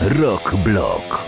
Rock Blok.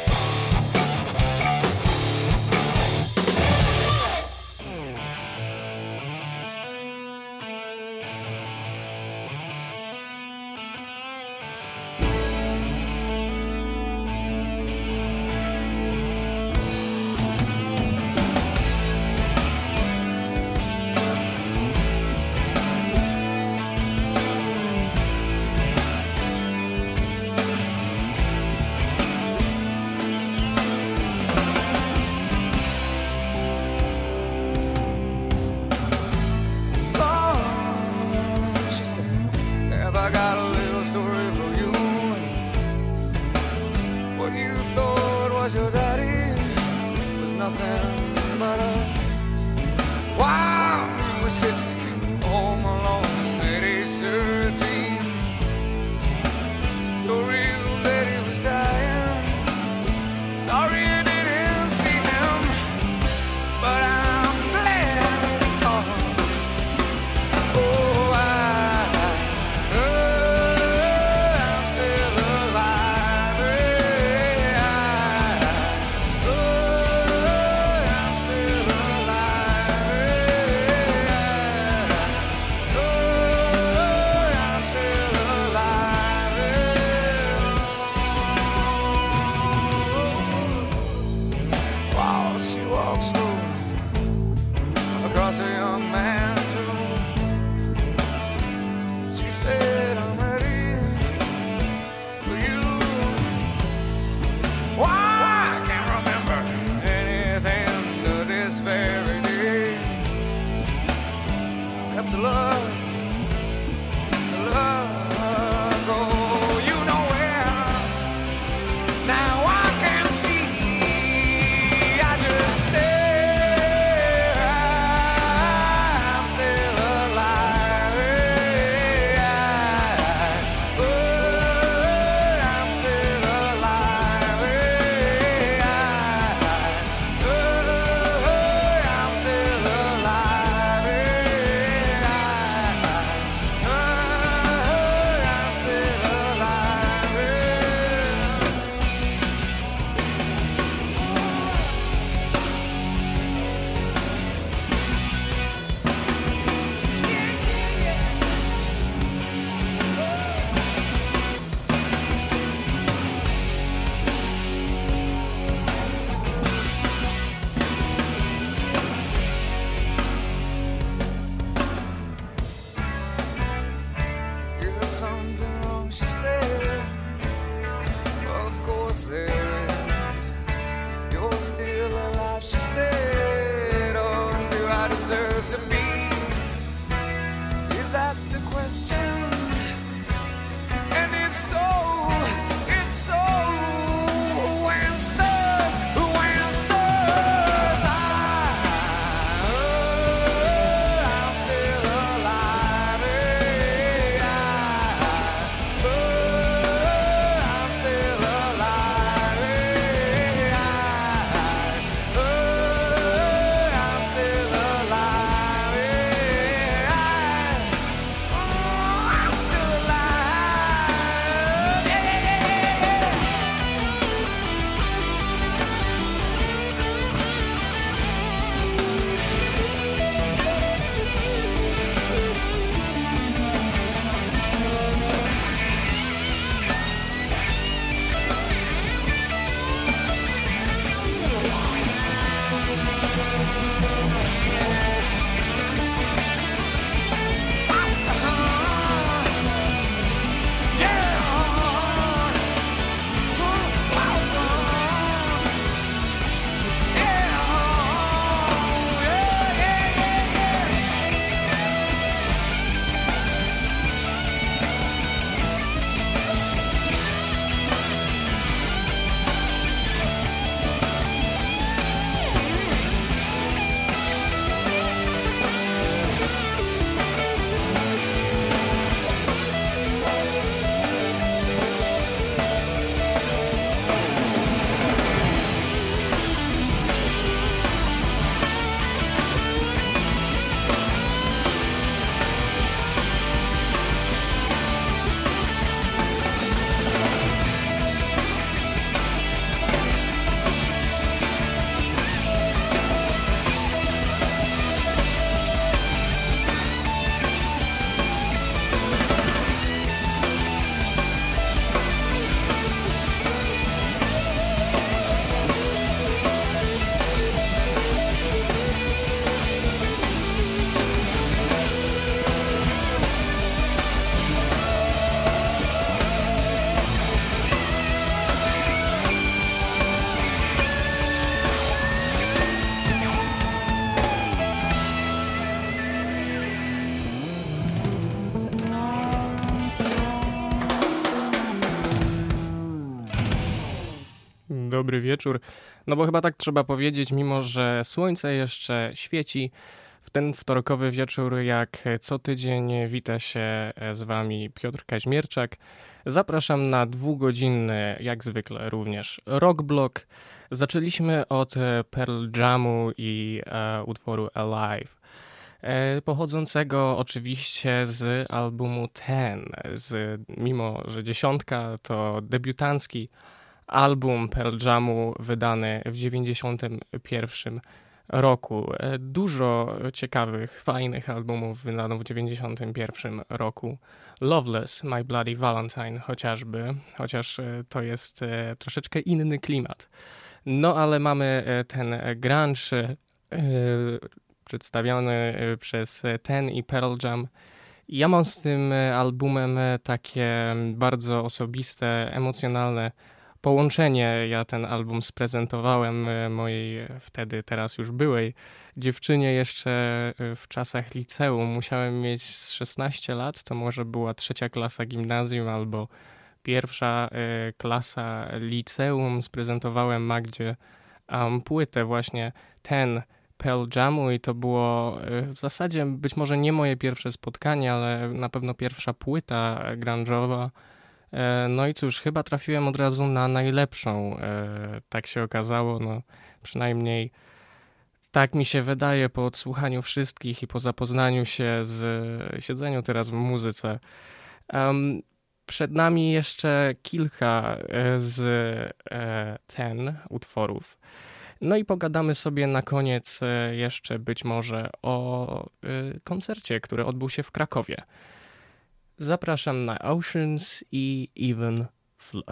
dobry wieczór. No bo chyba tak trzeba powiedzieć, mimo że słońce jeszcze świeci, w ten wtorkowy wieczór, jak co tydzień, wita się z wami Piotr Kaźmierczak. Zapraszam na dwugodzinny, jak zwykle również, rock block. Zaczęliśmy od Pearl Jamu i utworu Alive, pochodzącego oczywiście z albumu Ten. Mimo że dziesiątka to debiutancki album Pearl Jamu wydany w 1991 roku. Dużo ciekawych, fajnych albumów wydano w 1991 roku. Loveless, My Bloody Valentine chociażby, chociaż to jest troszeczkę inny klimat. No ale mamy ten grunge przedstawiony przez Ten i Pearl Jam. Ja mam z tym albumem takie bardzo osobiste, emocjonalne połączenie. Ja ten album sprezentowałem mojej wtedy, teraz już byłej dziewczynie jeszcze w czasach liceum. Musiałem mieć 16 lat, to może była 3. klasa gimnazjum albo 1. klasa liceum. Sprezentowałem Magdzie płytę właśnie Ten Pearl Jamu i to było w zasadzie być może nie moje pierwsze spotkanie, ale na pewno pierwsza płyta grunge'owa. No i cóż, chyba trafiłem od razu na najlepszą, tak się okazało, no przynajmniej tak mi się wydaje po odsłuchaniu wszystkich i po zapoznaniu się z siedzeniu teraz w muzyce. Przed nami jeszcze kilka z Ten utworów. No i pogadamy sobie na koniec jeszcze być może o koncercie, który odbył się w Krakowie. Zapraszam na Oceans i Even Flow.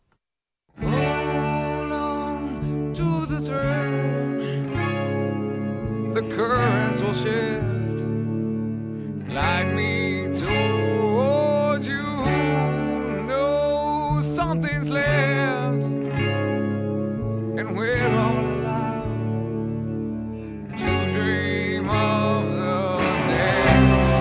Hold on to the thread. The currents will shift. Glide me towards you. No, something's left. And we're all allowed to dream of the next.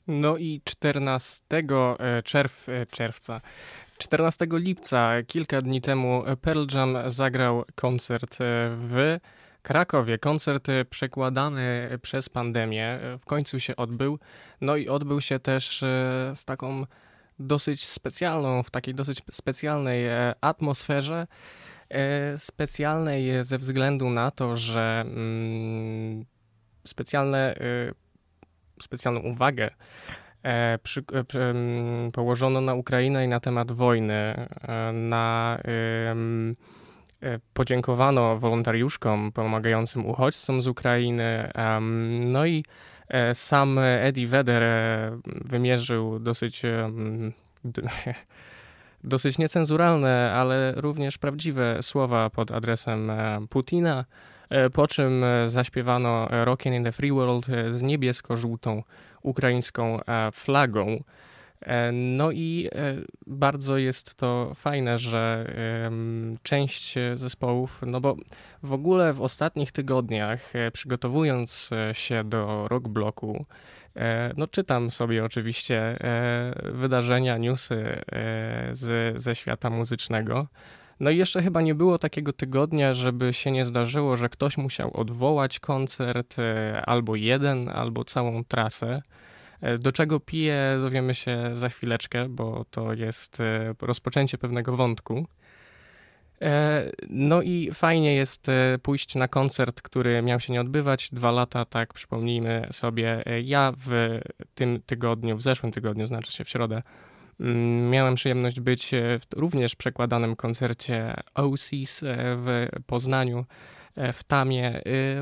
No i 14 lipca, kilka dni temu, Pearl Jam zagrał koncert w Krakowie. Koncert przekładany przez pandemię w końcu się odbył. No i odbył się też z taką w takiej dosyć specjalnej atmosferze. Specjalnej ze względu na to, że specjalną uwagę położono na Ukrainę i na temat wojny. Podziękowano wolontariuszkom pomagającym uchodźcom z Ukrainy. No i sam Eddie Vedder wymierzył dosyć niecenzuralne, ale również prawdziwe słowa pod adresem Putina, po czym zaśpiewano Rockin' in the Free World z niebiesko-żółtą ukraińską flagą. No i bardzo jest to fajne, że część zespołów, no bo w ogóle w ostatnich tygodniach, przygotowując się do Rock Bloku, no czytam sobie oczywiście wydarzenia, newsy ze świata muzycznego. No i jeszcze chyba nie było takiego tygodnia, żeby się nie zdarzyło, że ktoś musiał odwołać koncert, albo jeden, albo całą trasę. Do czego piję, dowiemy się za chwileczkę, bo to jest rozpoczęcie pewnego wątku. No i fajnie jest pójść na koncert, który miał się nie odbywać 2 lata, tak przypomnijmy sobie. Ja w zeszłym tygodniu, znaczy się w środę, miałem przyjemność być w również przekładanym koncercie Oasis w Poznaniu, w Tamie.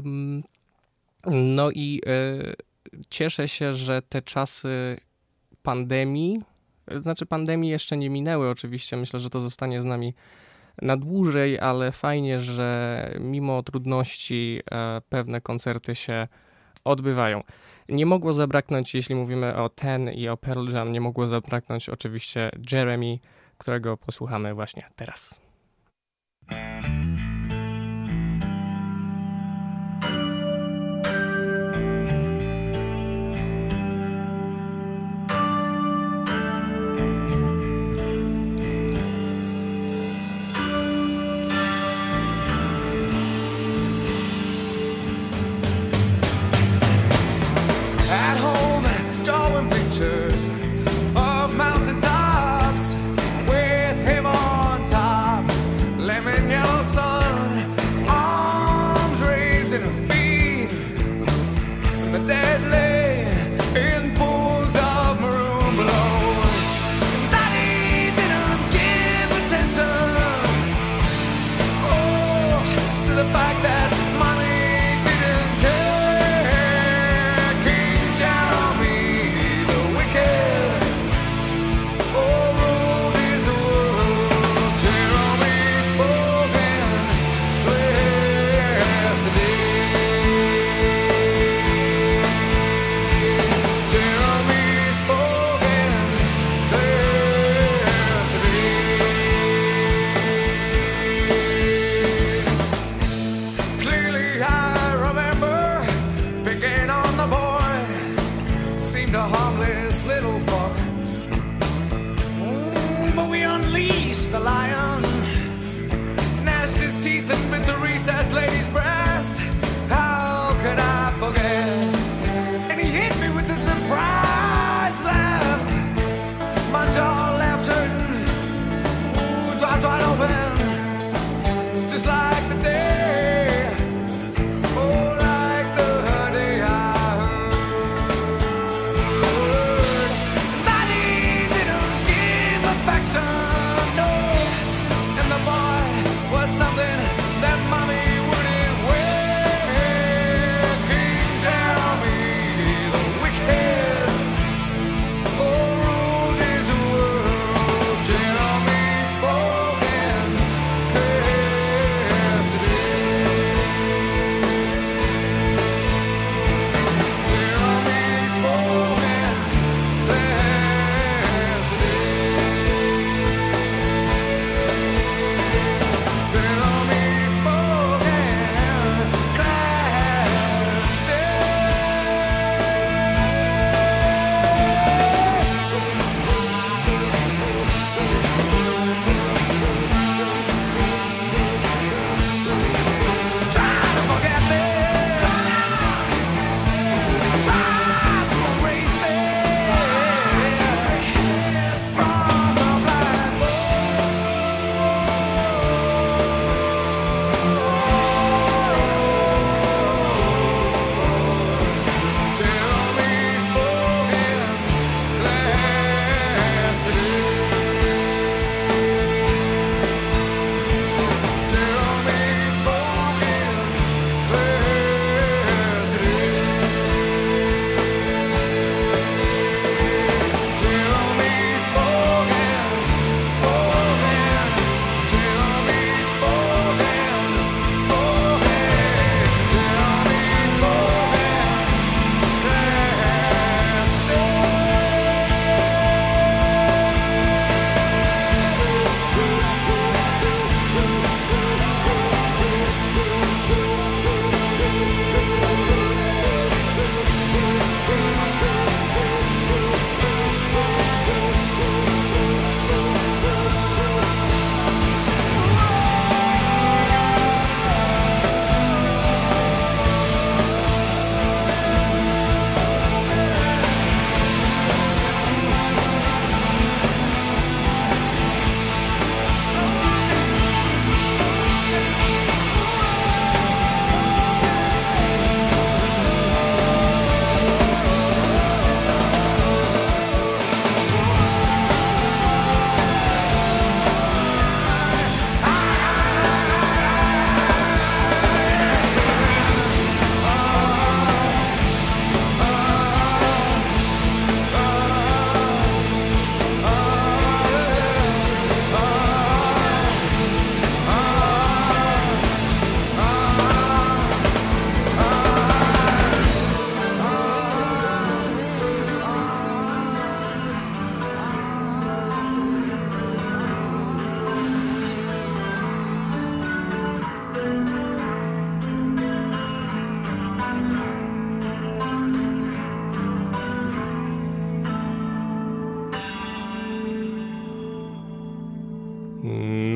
No i cieszę się, że te czasy pandemii jeszcze nie minęły oczywiście, myślę, że to zostanie z nami na dłużej, ale fajnie, że mimo trudności pewne koncerty się odbywają. Nie mogło zabraknąć, jeśli mówimy o Ten i o Pearl Jam, nie mogło zabraknąć oczywiście Jeremy, którego posłuchamy właśnie teraz.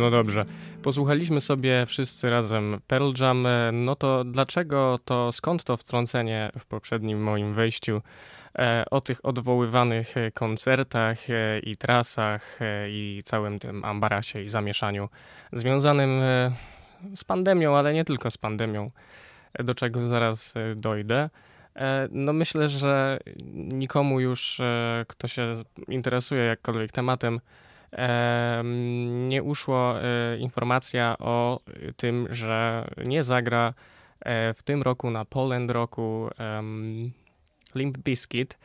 No dobrze. Posłuchaliśmy sobie wszyscy razem Pearl Jam. No to dlaczego to, skąd to wtrącenie w poprzednim moim wejściu o tych odwoływanych koncertach i trasach i całym tym ambarasie i zamieszaniu związanym z pandemią, ale nie tylko z pandemią, do czego zaraz dojdę. No myślę, że nikomu już, kto się interesuje jakkolwiek tematem, nie uszło informacja o tym, że nie zagra w tym roku na Poland Rocku Limp Bizkit,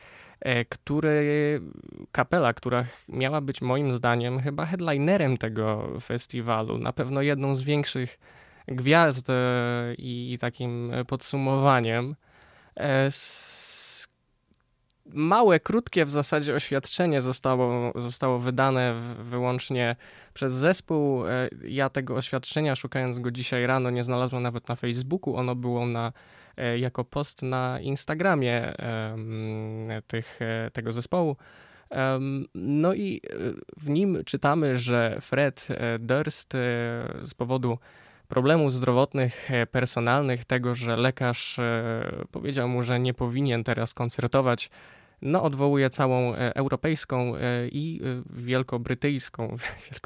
kapela, która miała być moim zdaniem chyba headlinerem tego festiwalu, na pewno jedną z większych gwiazd i takim podsumowaniem. Małe, krótkie w zasadzie oświadczenie zostało wydane wyłącznie przez zespół. Ja tego oświadczenia, szukając go dzisiaj rano, nie znalazłem nawet na Facebooku. Ono było jako post na Instagramie tego zespołu. No i w nim czytamy, że Fred Durst z powodu problemów zdrowotnych, personalnych, tego, że lekarz powiedział mu, że nie powinien teraz koncertować, no odwołuje całą europejską i wielkobrytyjską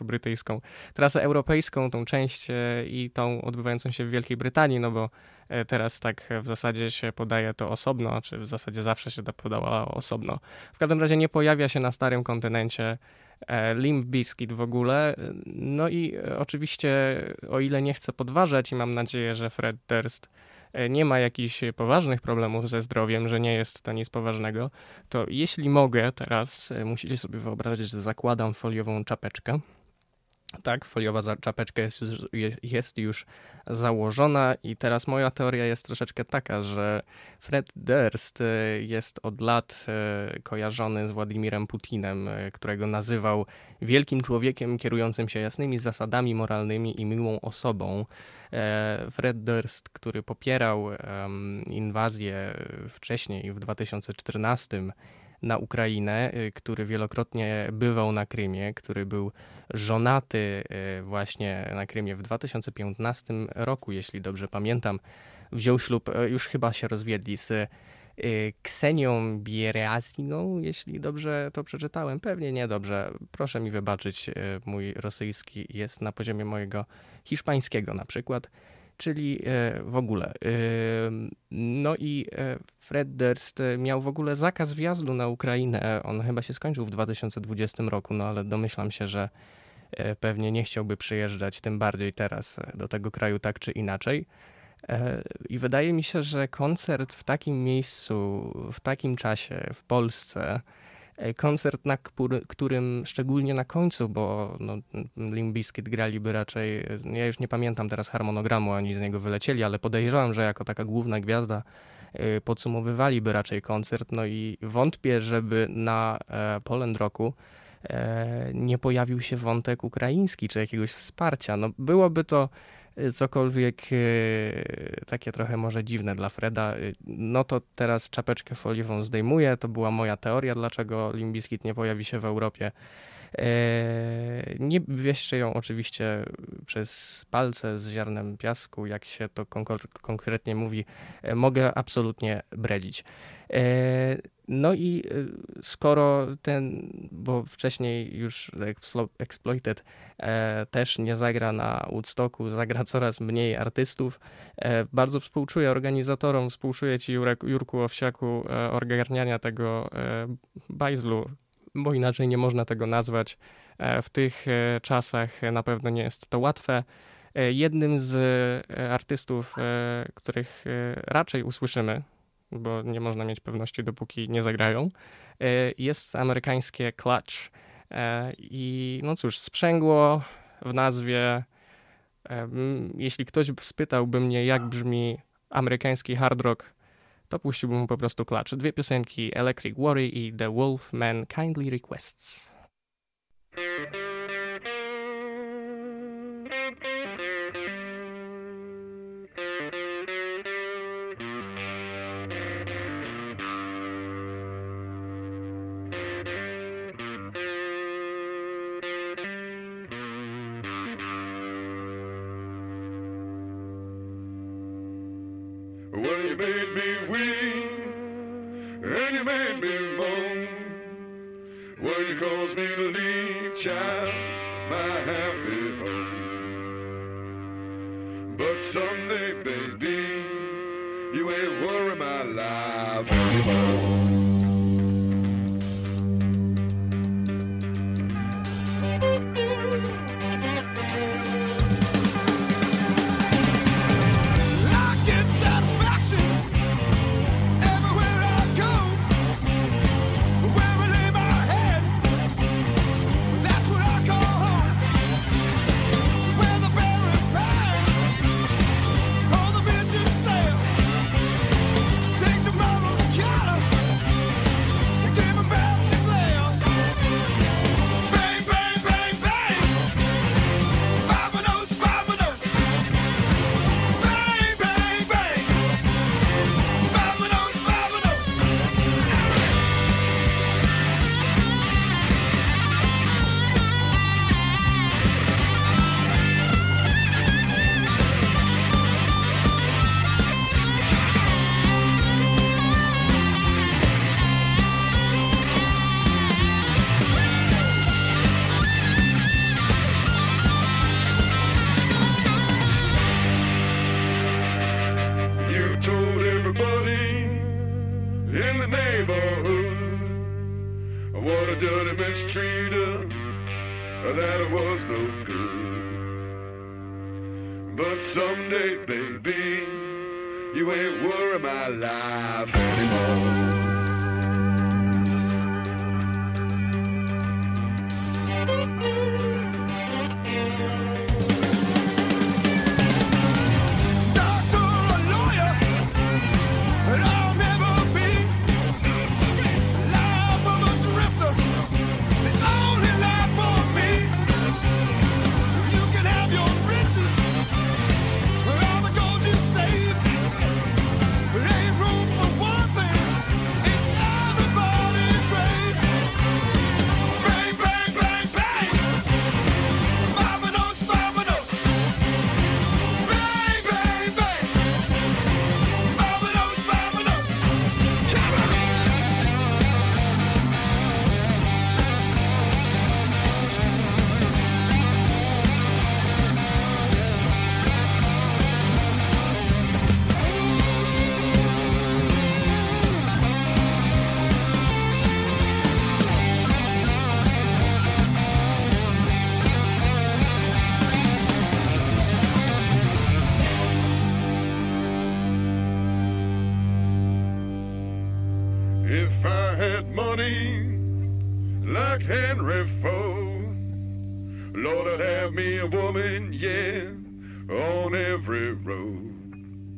trasę europejską, tą część i tą odbywającą się w Wielkiej Brytanii, no bo teraz tak w zasadzie się podaje to osobno, czy w zasadzie zawsze się to podawało osobno. W każdym razie nie pojawia się na starym kontynencie Limp Bizkit w ogóle. No i oczywiście, o ile nie chcę podważać i mam nadzieję, że Fred Durst nie ma jakichś poważnych problemów ze zdrowiem, że nie jest to nic poważnego, to jeśli mogę teraz, musicie sobie wyobrazić, że zakładam foliową czapeczkę. Tak, foliowa czapeczka jest już założona i teraz moja teoria jest troszeczkę taka, że Fred Durst jest od lat kojarzony z Władimirem Putinem, którego nazywał wielkim człowiekiem kierującym się jasnymi zasadami moralnymi i miłą osobą. Fred Durst, który popierał inwazję wcześniej w 2014 na Ukrainę, który wielokrotnie bywał na Krymie, który był żonaty właśnie na Krymie w 2015 roku, jeśli dobrze pamiętam, wziął ślub, już chyba się rozwiedli, z Ksenią Biereaziną, jeśli dobrze to przeczytałem, pewnie niedobrze, proszę mi wybaczyć, mój rosyjski jest na poziomie mojego hiszpańskiego na przykład, czyli w ogóle. No i Fred Durst miał w ogóle zakaz wjazdu na Ukrainę. On chyba się skończył w 2020 roku, no ale domyślam się, że pewnie nie chciałby przyjeżdżać, tym bardziej teraz do tego kraju tak czy inaczej. I wydaje mi się, że koncert w takim miejscu, w takim czasie, w Polsce, koncert, na którym szczególnie na końcu, bo no, Limp Bizkit graliby raczej, ja już nie pamiętam teraz harmonogramu, oni z niego wylecieli, ale podejrzewam, że jako taka główna gwiazda podsumowywaliby raczej koncert, no i wątpię, żeby na Poland Rocku nie pojawił się wątek ukraiński, czy jakiegoś wsparcia. No byłoby to cokolwiek takie trochę może dziwne dla Freda, no to teraz czapeczkę foliową zdejmuję. To była moja teoria, dlaczego Limp Bizkit nie pojawi się w Europie. Nie wieszcie ją oczywiście przez palce z ziarnem piasku, jak się to konkretnie mówi, mogę absolutnie bredzić. No i skoro bo wcześniej już Exploited też nie zagra na Woodstocku, zagra coraz mniej artystów. Bardzo współczuję organizatorom, współczuję ci Jurku Owsiaku ogarniania tego bajzlu, bo inaczej nie można tego nazwać. W tych czasach na pewno nie jest to łatwe. Jednym z artystów, których raczej usłyszymy, bo nie można mieć pewności, dopóki nie zagrają, jest amerykańskie Clutch. I no cóż, sprzęgło w nazwie. Jeśli ktoś spytałby mnie, jak brzmi amerykański hard rock, to puściłbym mu po prostu Clutch. Dwie piosenki, Electric Worry i The Wolfman Kindly Requests. you made me moan when you caused me to leave, child, my happy home. But someday, baby, you ain't worry my life anymore. That it was no good. But someday, baby, you ain't worry my life anymore. Like Henry Ford, Lord, I'd have me a woman, yeah, on every road.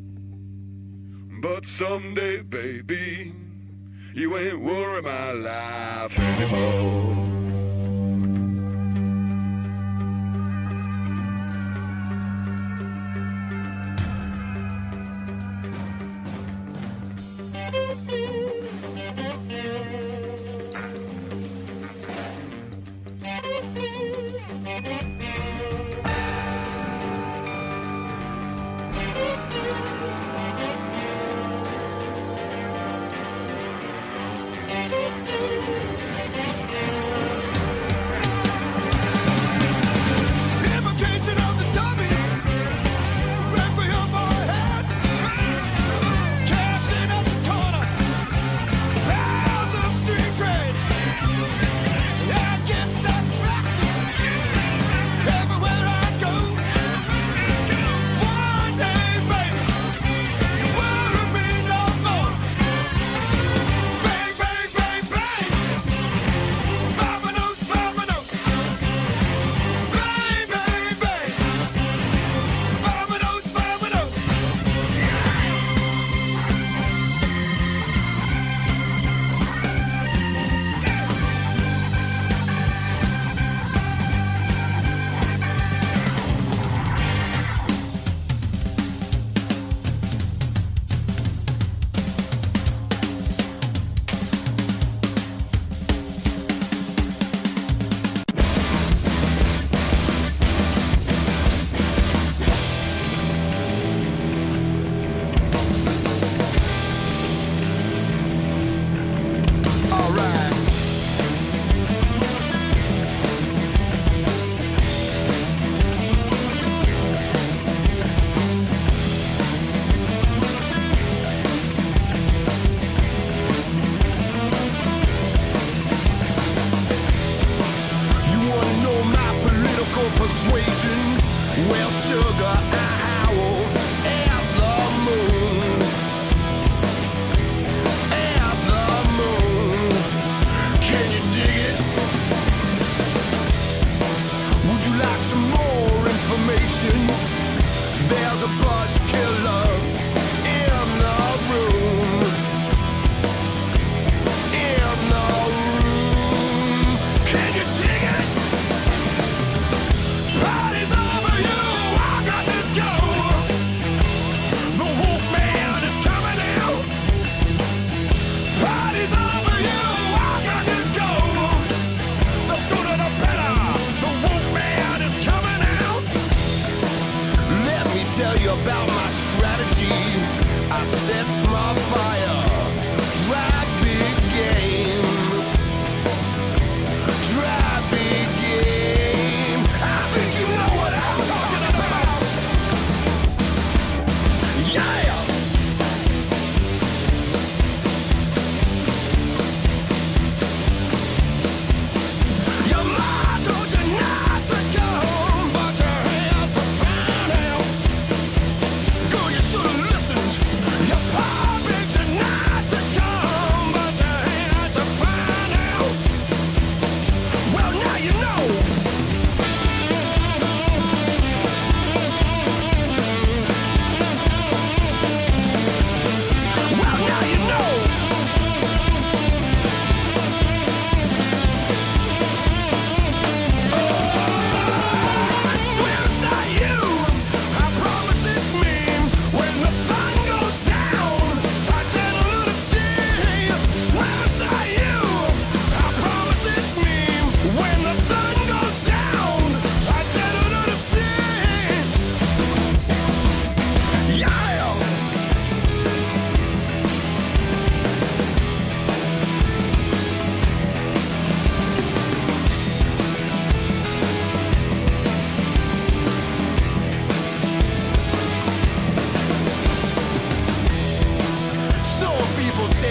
But someday, baby, you ain't worry my life anymore.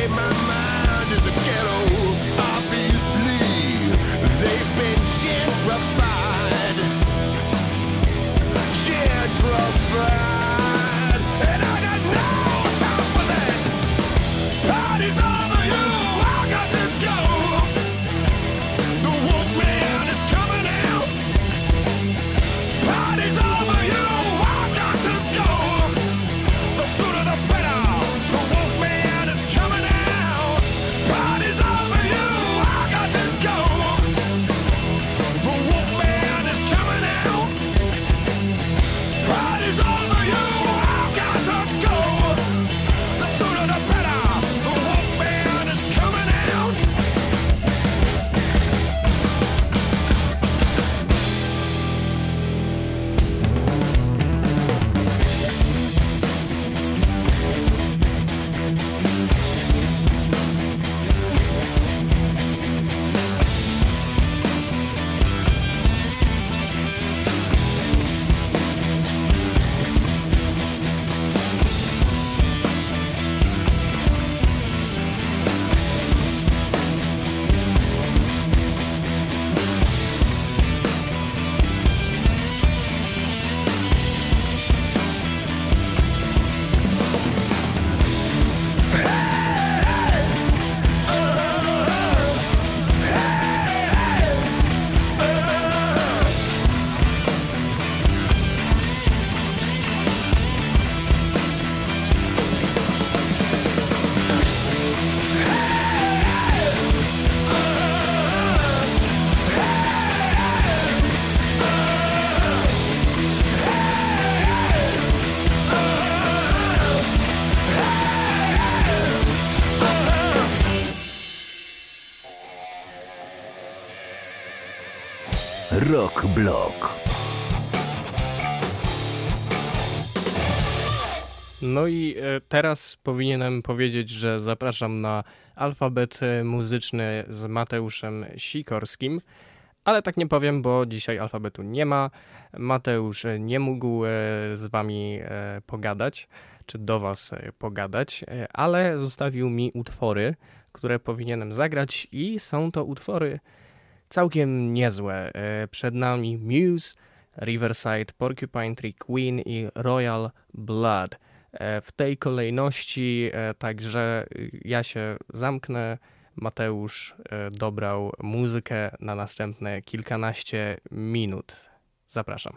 my mind is a ghetto. Obviously, they've been gentrified. Gentrified. And I got no time for that. Party's over, you, I got to go. The Wolfman is coming out. Party's over, you, I got to go. The sooner the better. The Wolfman is coming out. Party's over, you, I got to go. The Wolfman is coming out. Party's over, you, I got to go. The sooner the better. The Wolfman is coming out. Rock Block. No i teraz powinienem powiedzieć, że zapraszam na alfabet muzyczny z Mateuszem Sikorskim, ale tak nie powiem, bo dzisiaj alfabetu nie ma. Mateusz nie mógł z wami pogadać, czy do was pogadać, ale zostawił mi utwory, które powinienem zagrać i są to utwory całkiem niezłe. Przed nami Muse, Riverside, Porcupine Tree Queen i Royal Blood. W tej kolejności, także ja się zamknę. Mateusz dobrał muzykę na następne kilkanaście minut. Zapraszam.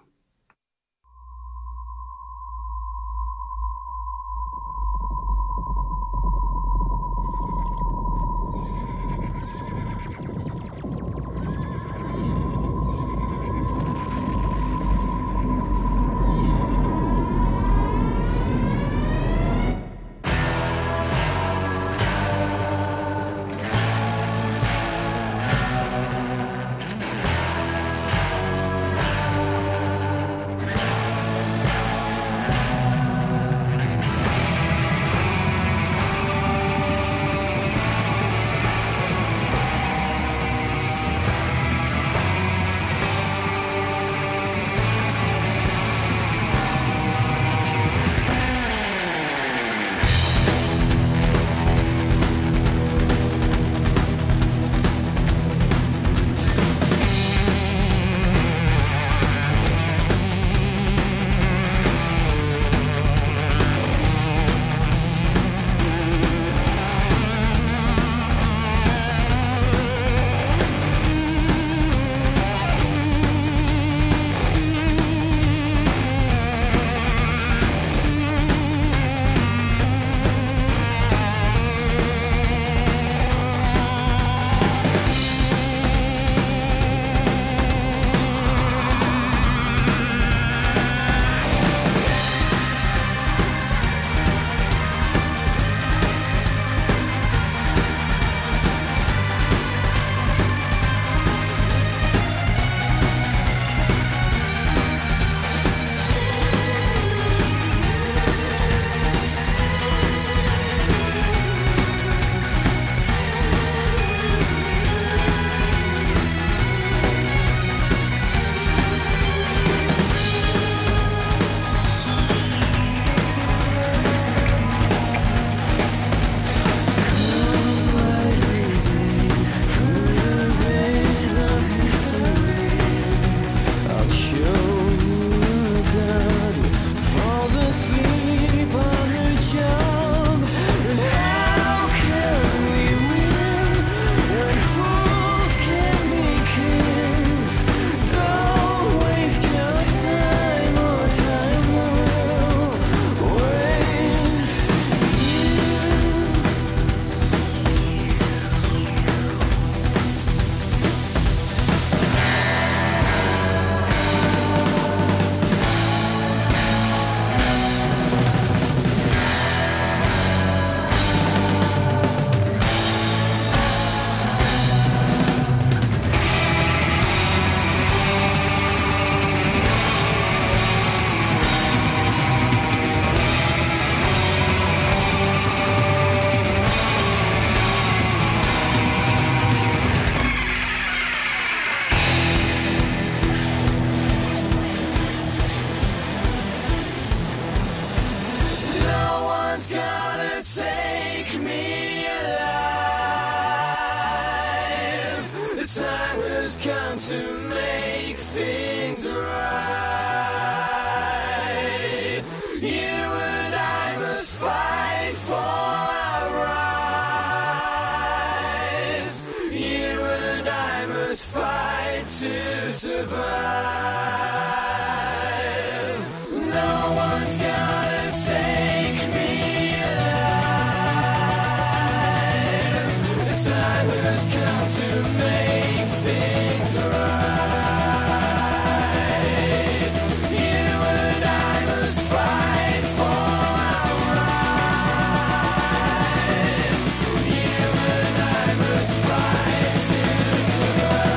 has come to make things right. You and I must fight for our rights. You and I must fight to survive. No one's gonna take me alive. The time has come to make things right. You and I must fight for our rights. You and I must fight to survive.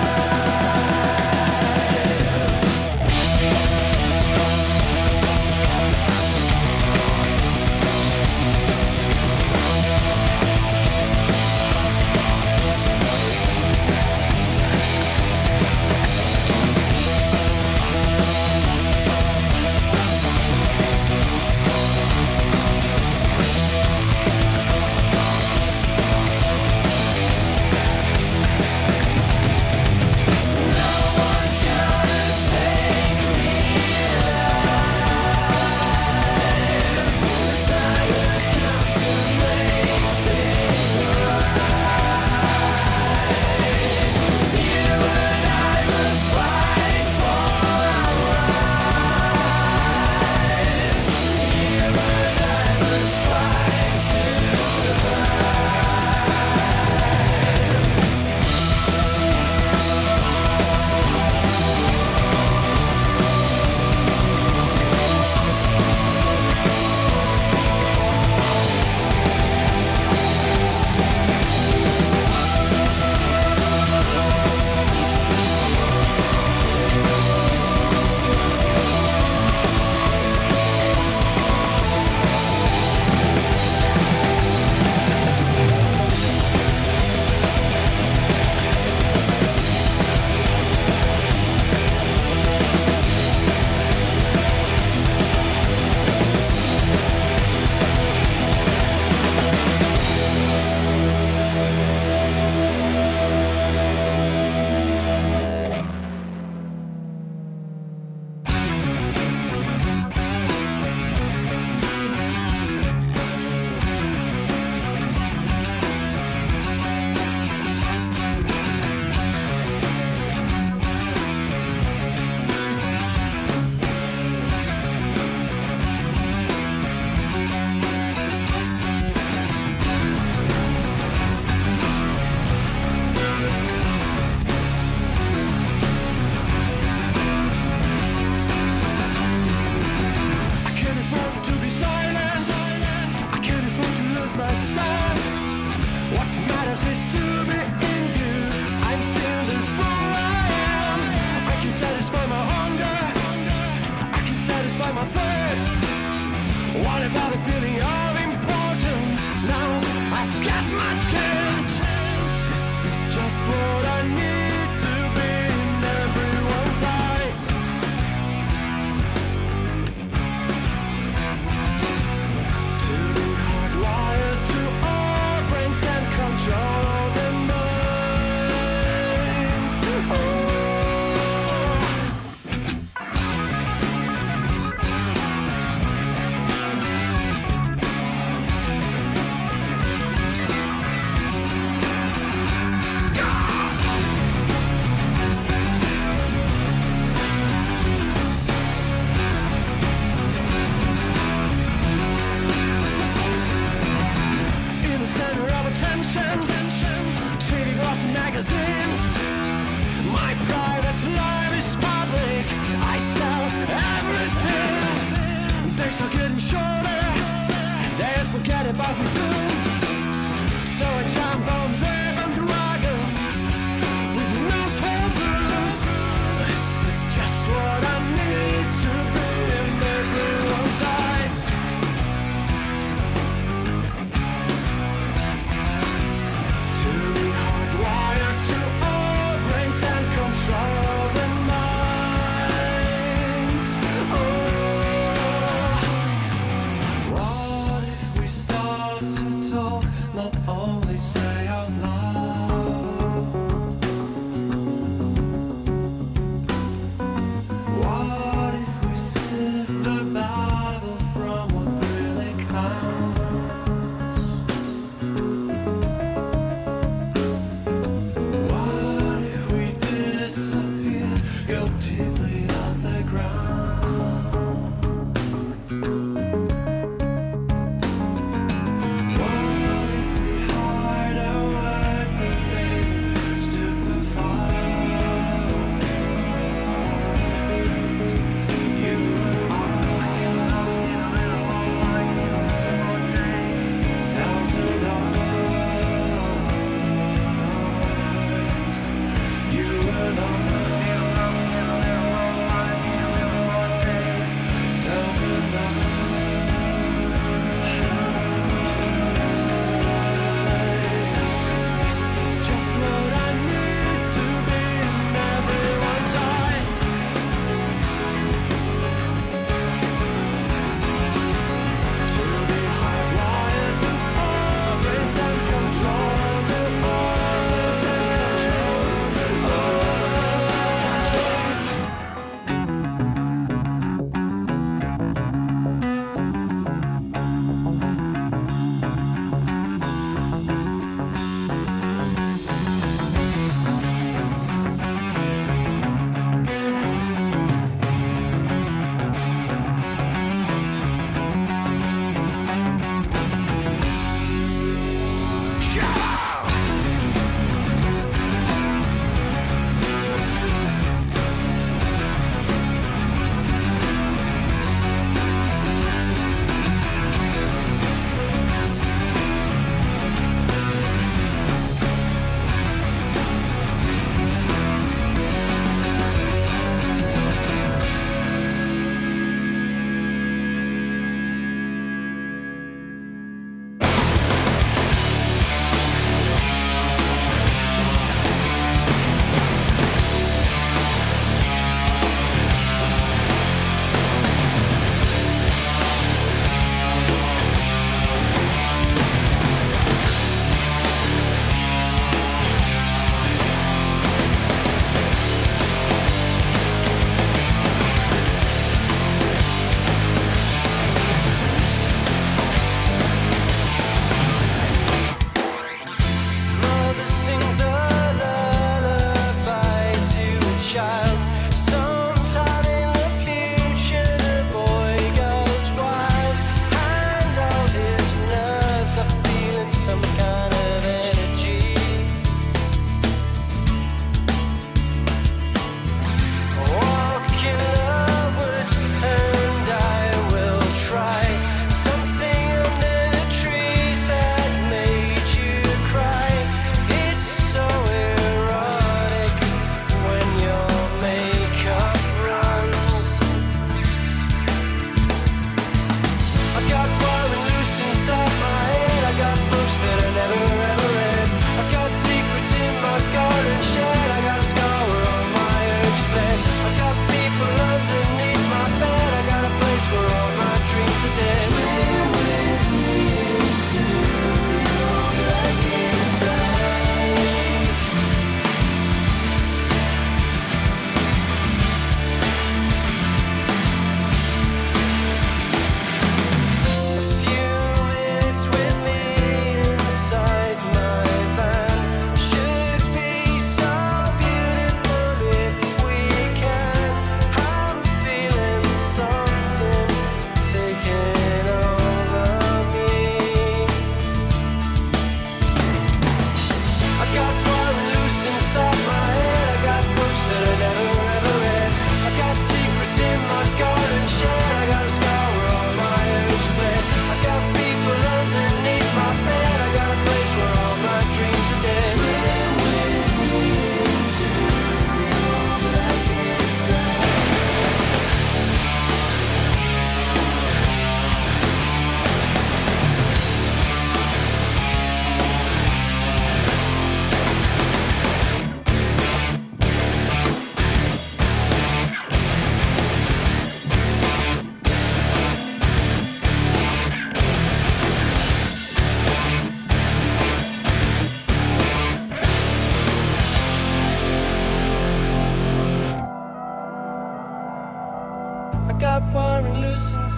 to talk.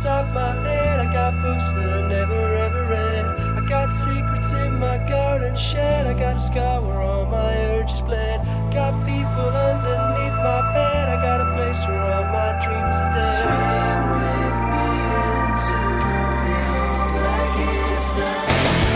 inside my head. I got books that I never ever read. I got secrets in my garden shed. I got a sky where all my urges bled. Got people underneath my bed. I got a place where all my dreams are dead. Swim with me into your blackest night.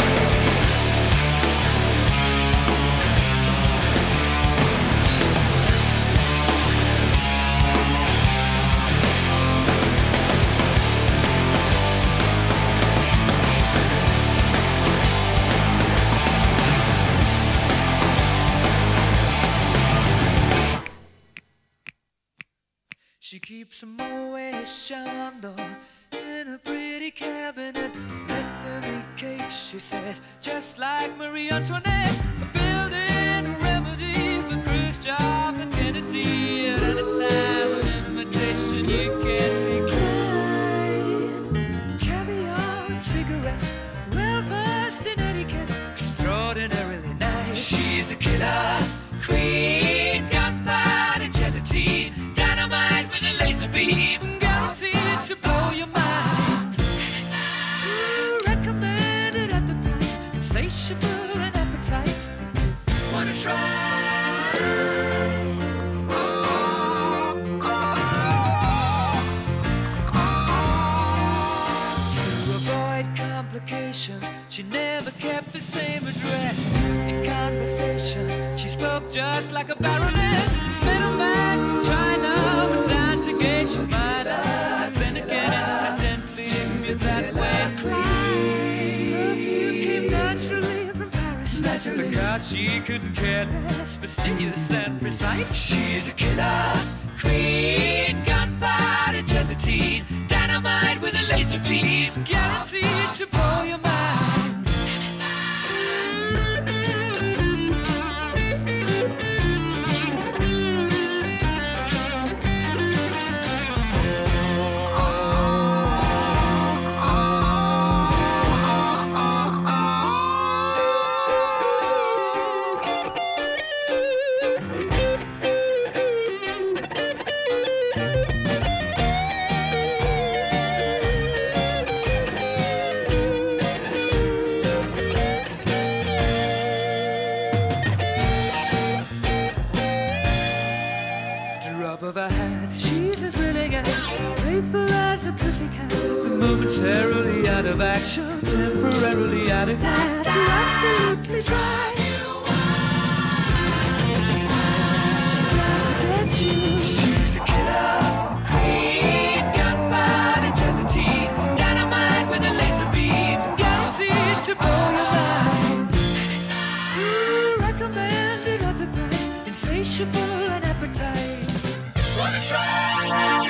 She keeps a Moet Chandon in a pretty cabinet. Let them eat cake, she says, just like Marie Antoinette. A building a remedy for Khrushchev and Kennedy. At any time, an invitation you can't decline. Caviar and cigarettes, well versed in etiquette, extraordinarily nice. She's a killer queen, gunpowder gelatine. Dynamite with a laser beam, guaranteed to blow your mind. Recommended at the price, insatiable and appetite. Wanna try? To avoid complications, she never kept the same address. In conversation, she spoke just like a baroness. Middleman from China went down to Geisha Minor. Then again, incidentally, you're that way. Perfume came naturally from Paris. Because she couldn't care less, fastidious and precise. She's a killer queen, gunpowder gelatine. Dynamite with a laser beam, guaranteed to blow your mind. Of her hat, she's as willing as playful as a pussycat. Momentarily out of action, temporarily out of class. You're absolutely dry. She's out to get you. She's a killer queen, gunpowder gelatine. Dynamite with a laser beam, guaranteed to blow your mind. Recommended at the price, insatiable and appetite. Wanna try?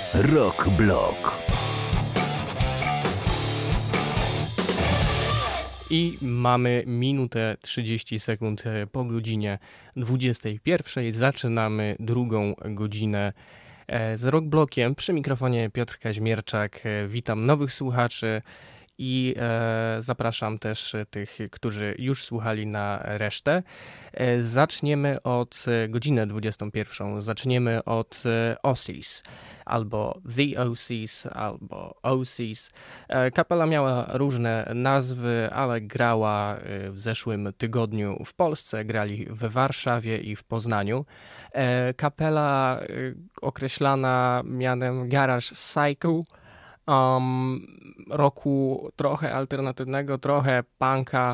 Rock Blok. I mamy minutę 30 sekund po godzinie 21. Zaczynamy drugą godzinę z Rock Blokiem. Przy mikrofonie Piotr Kaźmierczak. Witam nowych słuchaczy i zapraszam też tych, którzy już słuchali na resztę. Zaczniemy od godziny 21. Zaczniemy od Aussies, albo The Aussies, albo Aussies. Kapela miała różne nazwy, ale grała w zeszłym tygodniu w Polsce, grali w Warszawie i w Poznaniu. Kapela określana mianem Garage Psycho, roku trochę alternatywnego, trochę punka.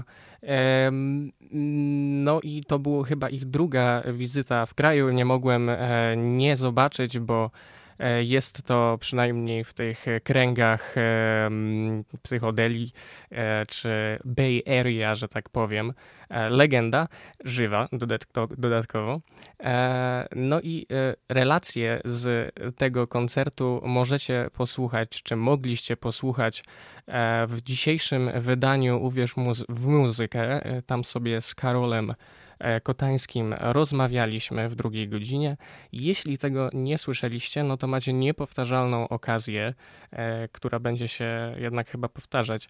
No i to było chyba ich druga wizyta w kraju. Nie mogłem nie zobaczyć, bo jest to przynajmniej w tych kręgach psychodelii czy Bay Area, że tak powiem, legenda żywa dodatkowo. No i relacje z tego koncertu możecie posłuchać, czy mogliście posłuchać w dzisiejszym wydaniu Uwierz w muzykę. Tam sobie z Karolem Kotańskim rozmawialiśmy w drugiej godzinie. Jeśli tego nie słyszeliście, no to macie niepowtarzalną okazję, która będzie się jednak chyba powtarzać.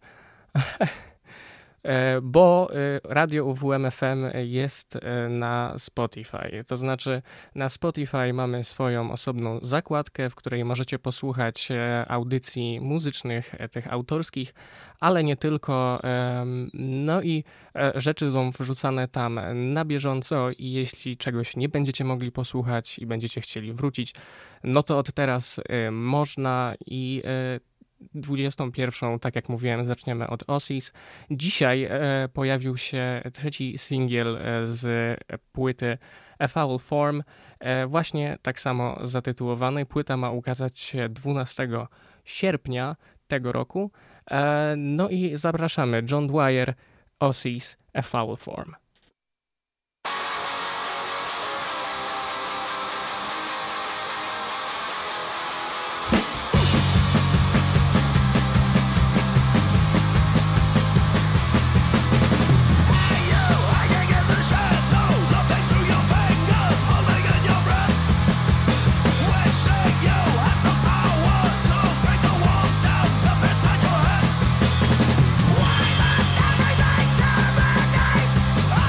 Bo Radio UWM FM jest na Spotify. To znaczy na Spotify mamy swoją osobną zakładkę, w której możecie posłuchać audycji muzycznych, tych autorskich, ale nie tylko. No i rzeczy są wrzucane tam na bieżąco i jeśli czegoś nie będziecie mogli posłuchać i będziecie chcieli wrócić, no to od teraz można i 21, tak jak mówiłem, zaczniemy od Aussies. Dzisiaj pojawił się trzeci singiel z płyty A Foul Form, właśnie tak samo zatytułowany. Płyta ma ukazać się 12 sierpnia tego roku. No i zapraszamy. John Dwyer, Aussies, A Foul Form. Why must everything terminate?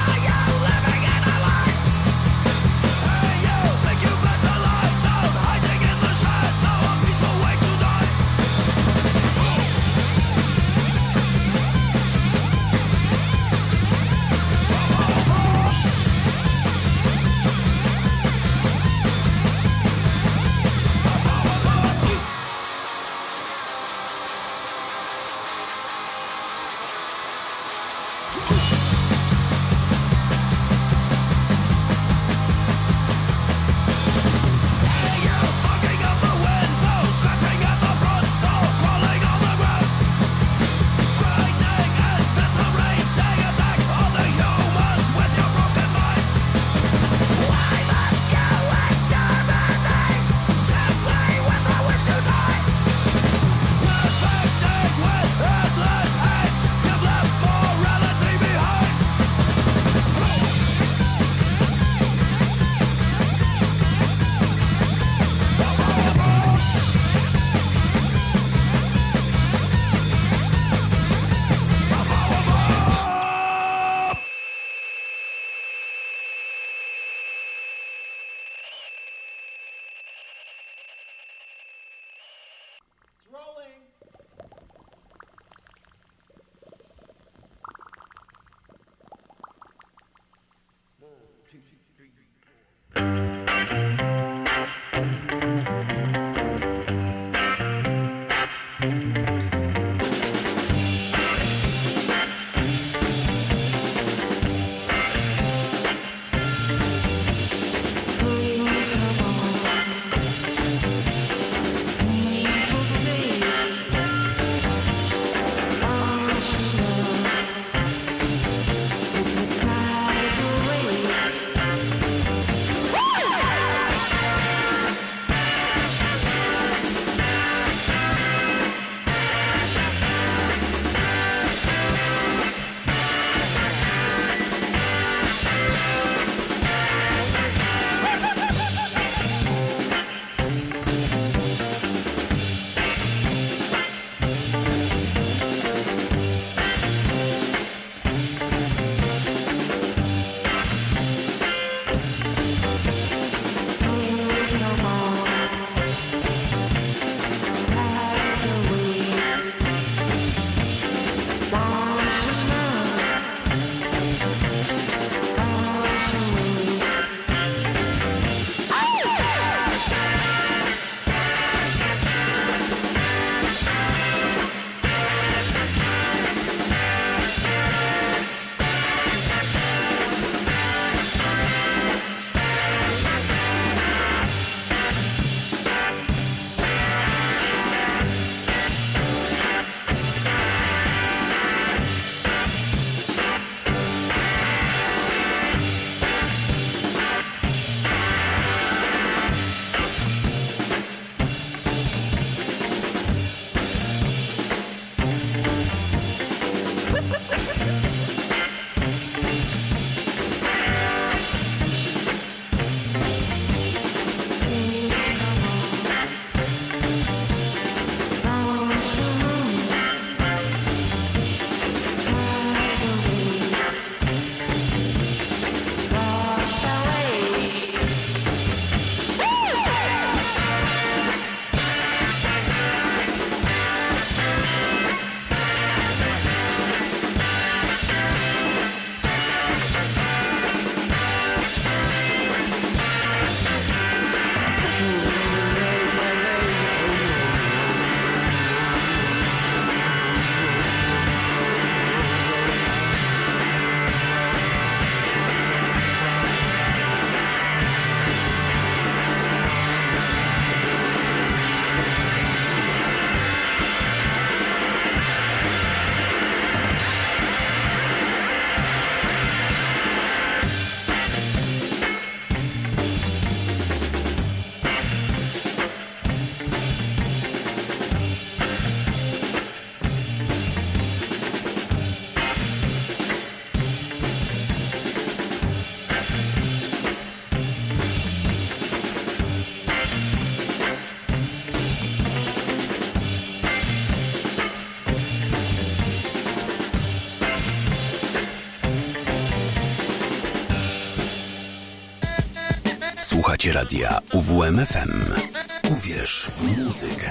Słuchacie radia UWMFM. Uwierz w muzykę.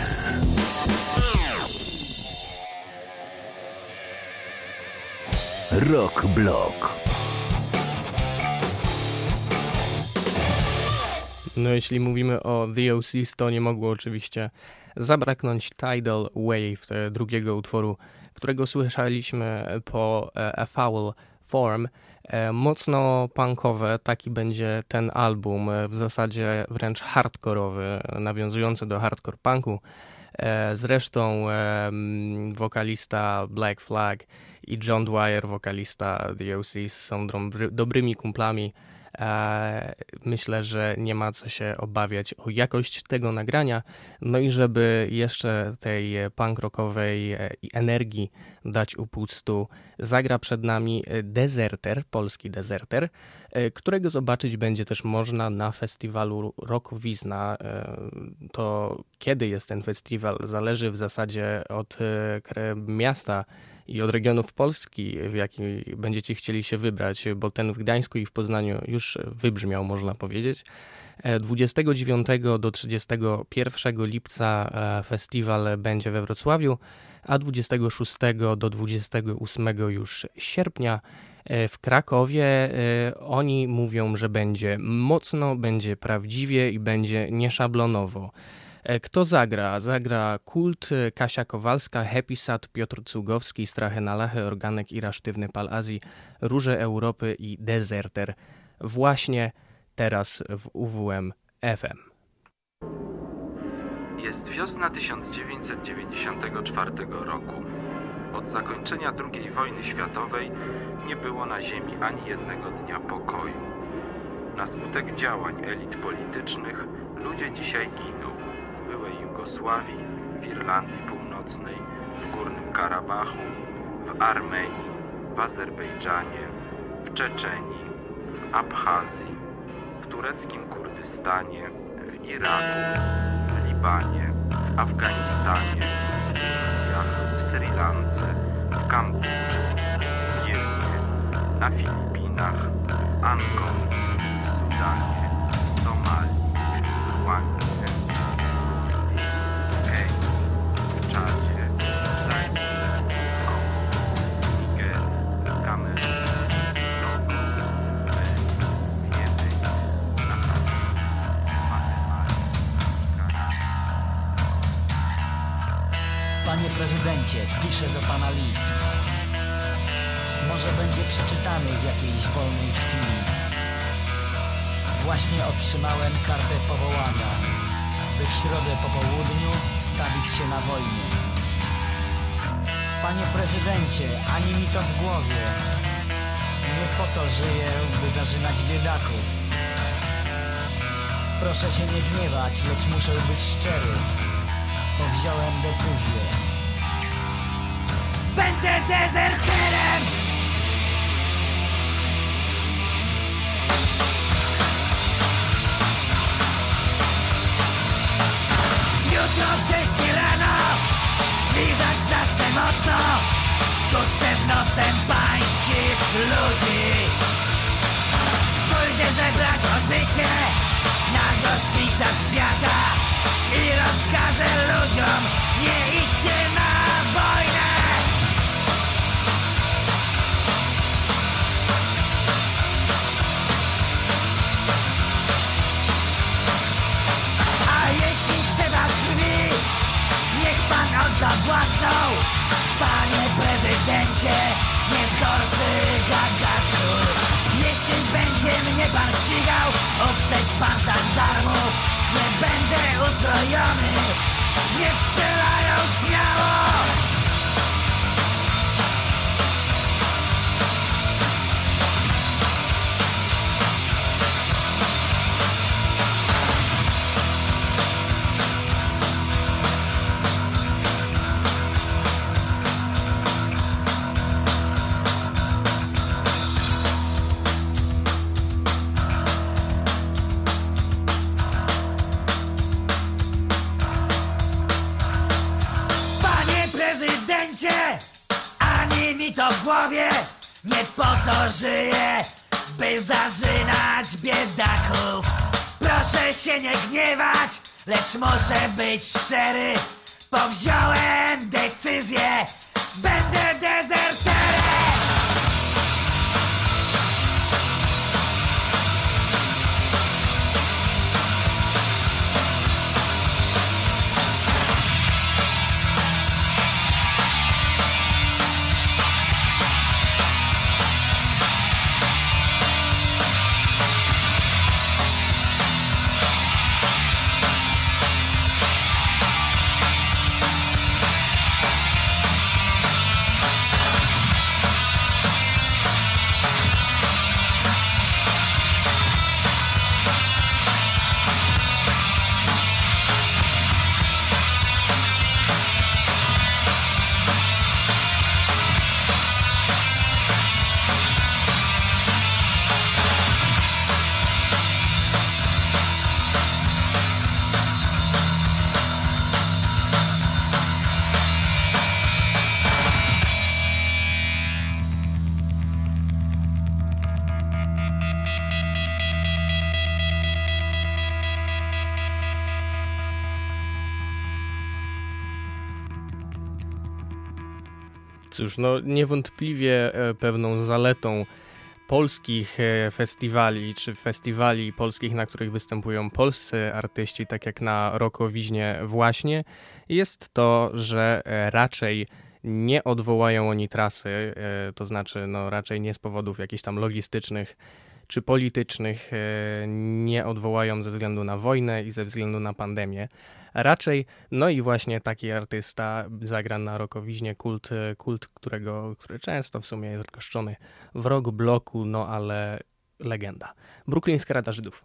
Rock Block. No jeśli mówimy o The OCs, to nie mogło oczywiście zabraknąć Tidal Wave, drugiego utworu, którego słyszeliśmy po A Foul Form. Mocno punkowe, taki będzie ten album, w zasadzie wręcz hardkorowy, nawiązujący do hardcore punku. Zresztą wokalista Black Flag i John Dwyer, wokalista The OCs, są dobrymi kumplami. Myślę, że nie ma co się obawiać o jakość tego nagrania. No i żeby jeszcze tej punk rockowej energii dać upustu, zagra przed nami Dezerter, polski Dezerter, którego zobaczyć będzie też można na festiwalu Rockwizna. To kiedy jest ten festiwal zależy w zasadzie od miasta i od regionów Polski, w jaki będziecie chcieli się wybrać, bo ten w Gdańsku i w Poznaniu już wybrzmiał, można powiedzieć. 29 do 31 lipca festiwal będzie we Wrocławiu, a 26 do 28 już sierpnia w Krakowie. Oni mówią, że będzie mocno, będzie prawdziwie i będzie nieszablonowo. Kto zagra? Zagra Kult, Kasia Kowalska, Happy Sad, Piotr Cugowski, Strachy na Lachę, Organek, Ira Sztywny, Pal Azji, Róże Europy i Dezerter. Właśnie teraz w UWM FM. Jest wiosna 1994 roku. Od zakończenia II wojny światowej nie było na ziemi ani jednego dnia pokoju. Na skutek działań elit politycznych ludzie dzisiaj giną. W byłej Jugosławii, w Irlandii Północnej, w Górnym Karabachu, w Armenii, w Azerbejdżanie, w Czeczenii, w Abchazji, w tureckim Kurdystanie, w Iraku, w Libanie, w Afganistanie, w Indiach, w Sri Lance, w Kambodży, w Jemenie, na Filipinach, w Angolii, w Sudanie, w Somalii, w Rwandzie, w Kenii, w Czadzie, w Zairze, w Kongu, w Nigerii, w Kamerunie, w Togo, w Belgii, w Jemenii, na Haiti, w Gwatemali, w Karaibach. Panie prezydencie, piszę do pana list. Może będzie przeczytany w jakiejś wolnej chwili. Właśnie otrzymałem kartę powołania, by w środę po południu stawić się na wojnie. Panie prezydencie, ani mi to w głowie. Nie po to żyję, by zarzynać biedaków. Proszę się nie gniewać, lecz muszę być szczery. Powziąłem decyzję. Będę dezerterem! Jutro wcześnie rano drzwi zatrzasnę mocno tuż przed nosem pańskich ludzi. Pójdę żebrać o życie na gościńcach świata i rozkażę ludziom: nie idźcie na wojnę. A jeśli trzeba krwi, niech pan odda własną. Panie prezydencie, nie zgorszy gagatku. Jeśli będzie mnie pan ścigał, uprzedź pan żandarmów. Nie będę uzbrojony, nie strzelają śmiało. Ani mi to w głowie, nie po to żyję, by zarzynać biedaków. Proszę się nie gniewać, lecz muszę być szczery. Powziąłem decyzję, będę dezerterem. Cóż, no niewątpliwie pewną zaletą polskich festiwali, czy festiwali polskich, na których występują polscy artyści, tak jak na Rockowiźnie właśnie, jest to, że raczej nie odwołają oni trasy, to znaczy no raczej nie z powodów jakichś tam logistycznych czy politycznych, nie odwołają ze względu na wojnę i ze względu na pandemię. Raczej, no i właśnie taki artysta zagra na Rockowiźnie, kult który często w sumie jest goszczony w rock bloku, no ale legenda. Brooklyńska Rada Żydów.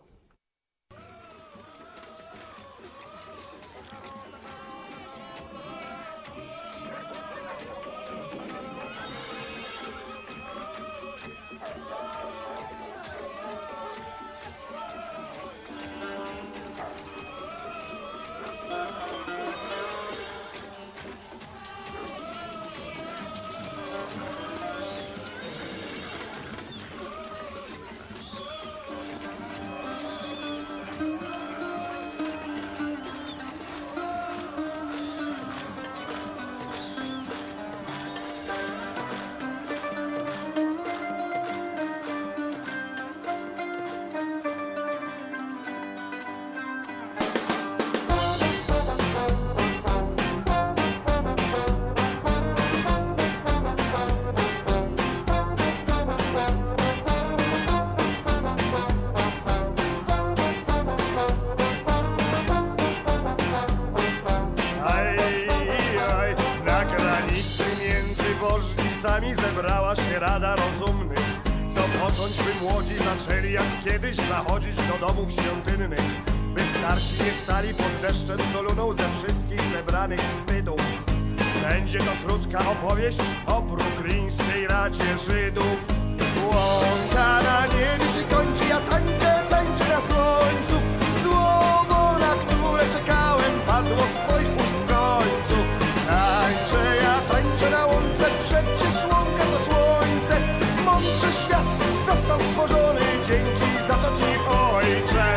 Zebrała się rada rozumnych, co począć by młodzi zaczęli jak kiedyś zachodzić do domów świątynnych, by starsi nie stali pod deszczem, co lunął ze wszystkich zebranych wstydów. Będzie to krótka opowieść o Brooklyńskiej Radzie Żydów. Łąka na niebie się kończy, ja tańczę na słońcu. Słowo, na które czekałem, padło z twoich ust w końcu. Ja tańczę na łące, przecież łąka to słońce. Mądry świat został stworzony, dzięki za to ci, ojcze.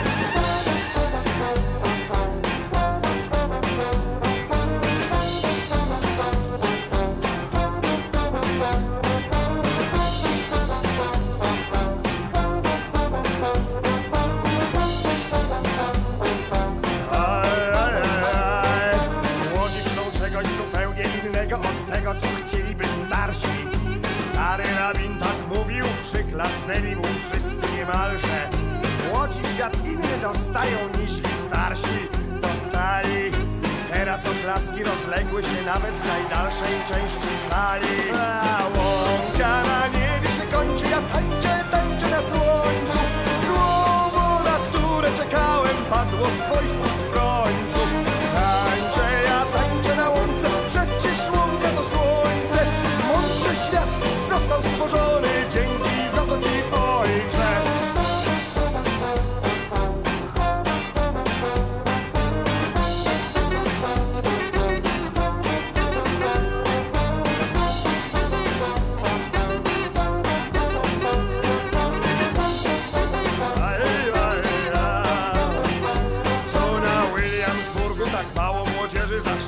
Co chcieliby starsi. Stary rabin tak mówił, przyklasnęli mu wszyscy niemalże. Młodzi świat inny dostają niż starsi dostali. Teraz oklaski rozległy się nawet z najdalszej części sali. A łąka na niebie się kończy, ja tańczę na słońcu. Słowo, na które czekałem, padło z twoich ust w końcu. Ja tańczę na łące, przecież łąka to słońce. Mądry świat został stworzony, dzięki za to ci, ojcze.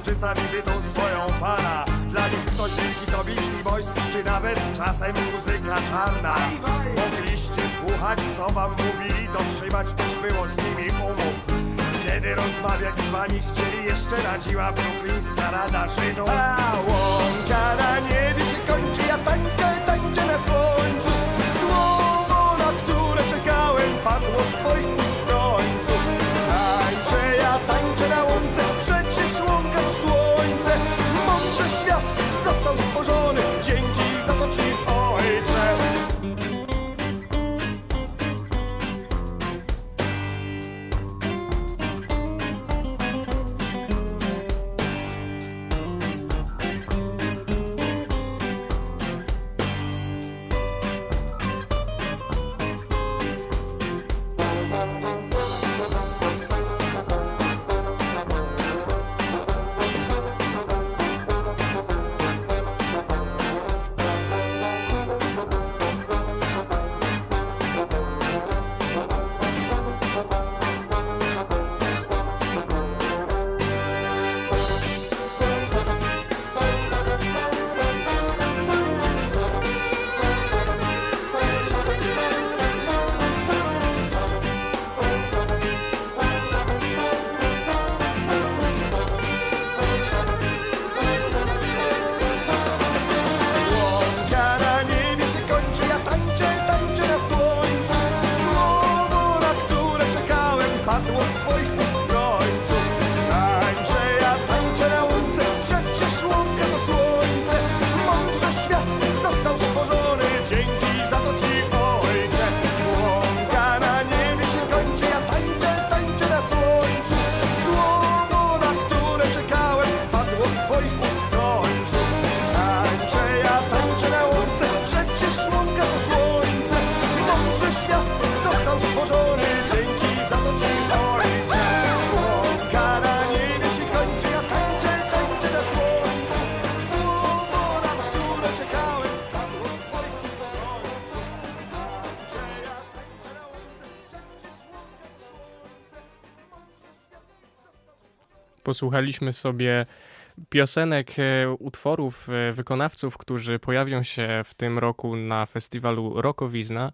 księżyca wizytą swoją pana. Dla nich ktoś wielki to Beastie Boys, czy nawet czasem muzyka czarna. Mogliście słuchać, co wam mówili, dotrzymać też było z nimi umów. Kiedy rozmawiać z wami chcieli, jeszcze radziła bruklińska Rada Żydów. A łąka na niebie się kończy, ja tańczę na słońcu. Słowo, na które czekałem, padło z twoich ust w końcu. Ja tańczę na łące, przecież łąka to słońce. Mądrze świat został stworzony, dzięki za to ci, ojcze. Posłuchaliśmy sobie piosenek, utworów wykonawców, którzy pojawią się w tym roku na festiwalu Rockowizna.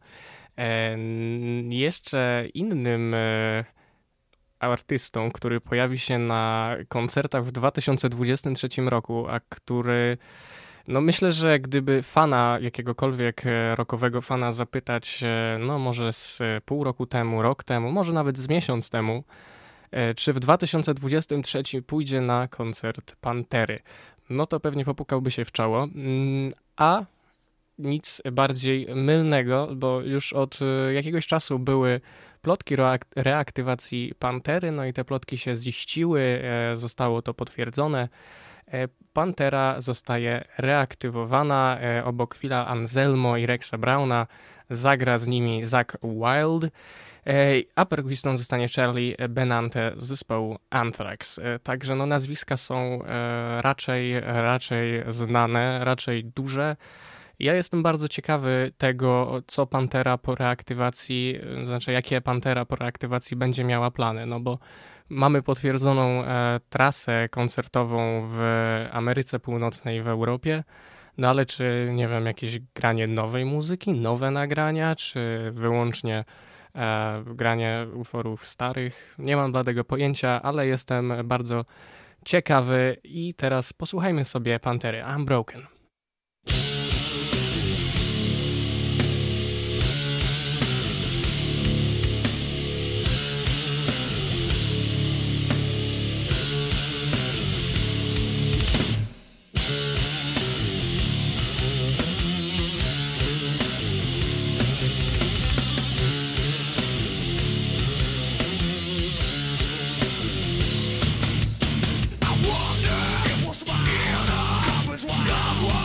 Jeszcze innym artystą, który pojawi się na koncertach w 2023 roku, a który, no myślę, że gdyby fana, jakiegokolwiek rockowego fana zapytać, no może z pół roku temu, rok temu, może nawet z miesiąc temu, czy w 2023 pójdzie na koncert Pantery, no to pewnie popukałby się w czoło, a nic bardziej mylnego, bo już od jakiegoś czasu były plotki reaktywacji Pantery, no i te plotki się ziściły, zostało to potwierdzone. Pantera zostaje reaktywowana, obok Phila Anselmo i Rexa Browna zagra z nimi Zakk Wylde, a perkusistą zostanie Charlie Benante z zespołu Anthrax. Także no, nazwiska są raczej znane, raczej duże. Ja jestem bardzo ciekawy tego, co Pantera po reaktywacji, znaczy jakie Pantera po reaktywacji będzie miała plany, no bo mamy potwierdzoną trasę koncertową w Ameryce Północnej, w Europie, no ale czy, nie wiem, jakieś granie nowej muzyki, nowe nagrania, czy wyłącznie granie utworów starych, nie mam bladego pojęcia, ale jestem bardzo ciekawy i teraz posłuchajmy sobie Pantery Unbroken. I wonder if what's my happens while I'm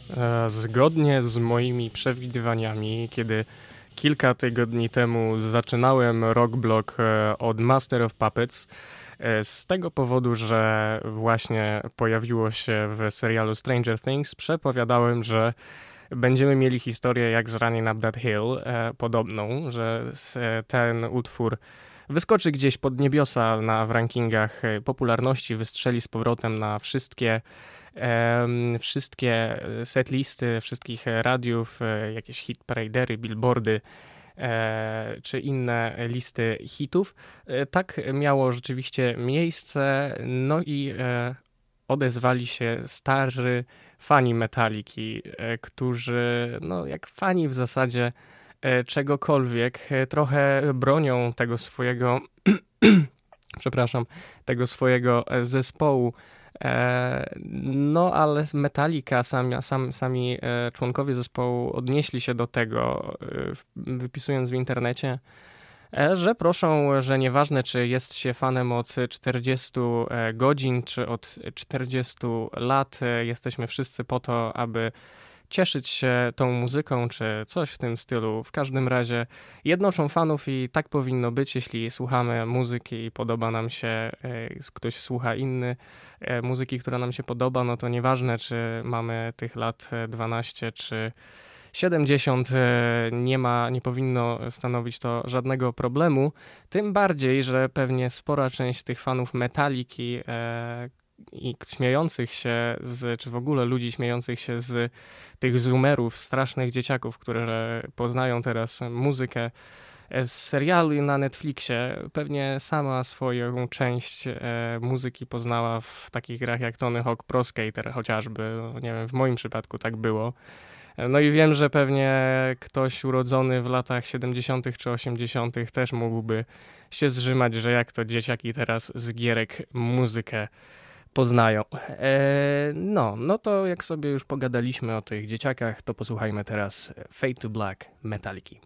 Zgodnie z moimi przewidywaniami, kiedy kilka tygodni temu zaczynałem Rockblock od Master of Puppets, z tego powodu, że właśnie pojawiło się w serialu Stranger Things, przepowiadałem, że będziemy mieli historię jak z Running Up That Hill, podobną, że ten utwór wyskoczy gdzieś pod niebiosa w rankingach popularności, wystrzeli z powrotem na wszystkie setlisty wszystkich radiów, jakieś hit paradery, billboardy czy inne listy hitów. Tak miało rzeczywiście miejsce, no i odezwali się starzy fani Metaliki, którzy, no jak fani w zasadzie czegokolwiek, trochę bronią tego swojego tego swojego zespołu. No ale Metallica, sami członkowie zespołu odnieśli się do tego, wypisując w internecie, że proszą, że nieważne czy jest się fanem od 40 godzin, czy od 40 lat, jesteśmy wszyscy po to, aby cieszyć się tą muzyką, czy coś w tym stylu. W każdym razie jednoczą fanów i tak powinno być, jeśli słuchamy muzyki i podoba nam się, ktoś słucha inny muzyki, która nam się podoba, no to nieważne, czy mamy tych lat 12 czy 70, nie powinno stanowić to żadnego problemu. Tym bardziej, że pewnie spora część tych fanów Metaliki i śmiejących się czy w ogóle ludzi śmiejących się z tych zoomerów, strasznych dzieciaków, które poznają teraz muzykę z serialu na Netflixie, pewnie sama swoją część muzyki poznała w takich grach jak Tony Hawk Pro Skater chociażby. Nie wiem, w moim przypadku tak było. No i wiem, że pewnie ktoś urodzony w latach 70. czy 80. też mógłby się zrzymać, że jak to dzieciaki teraz z gierek muzykę poznają. No to jak sobie już pogadaliśmy o tych dzieciakach, to posłuchajmy teraz Fade to Black Metaliki.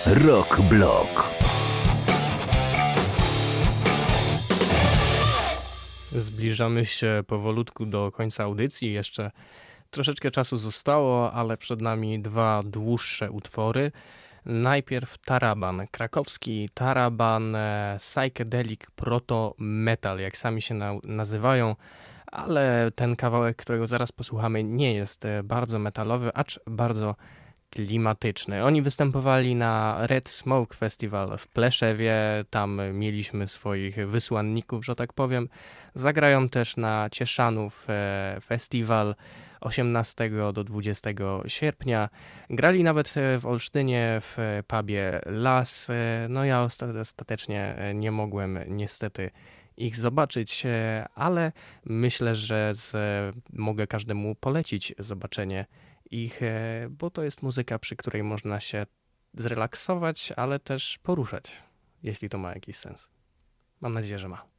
Rock Blok. Zbliżamy się powolutku do końca audycji. Jeszcze troszeczkę czasu zostało, ale przed nami dwa dłuższe utwory. Najpierw Taraban, krakowski Taraban, psychedelic proto-metal, jak sami się nazywają, ale ten kawałek, którego zaraz posłuchamy, nie jest bardzo metalowy, acz bardzo klimatyczny. Oni występowali na Red Smoke Festival w Pleszewie, tam mieliśmy swoich wysłanników, że tak powiem. Zagrają też na Cieszanów Festiwal 18 do 20 sierpnia. Grali nawet w Olsztynie w pubie Las. No ja ostatecznie nie mogłem niestety ich zobaczyć, ale myślę, że mogę każdemu polecić zobaczenie ich, bo to jest muzyka, przy której można się zrelaksować, ale też poruszać, jeśli to ma jakiś sens. Mam nadzieję, że ma.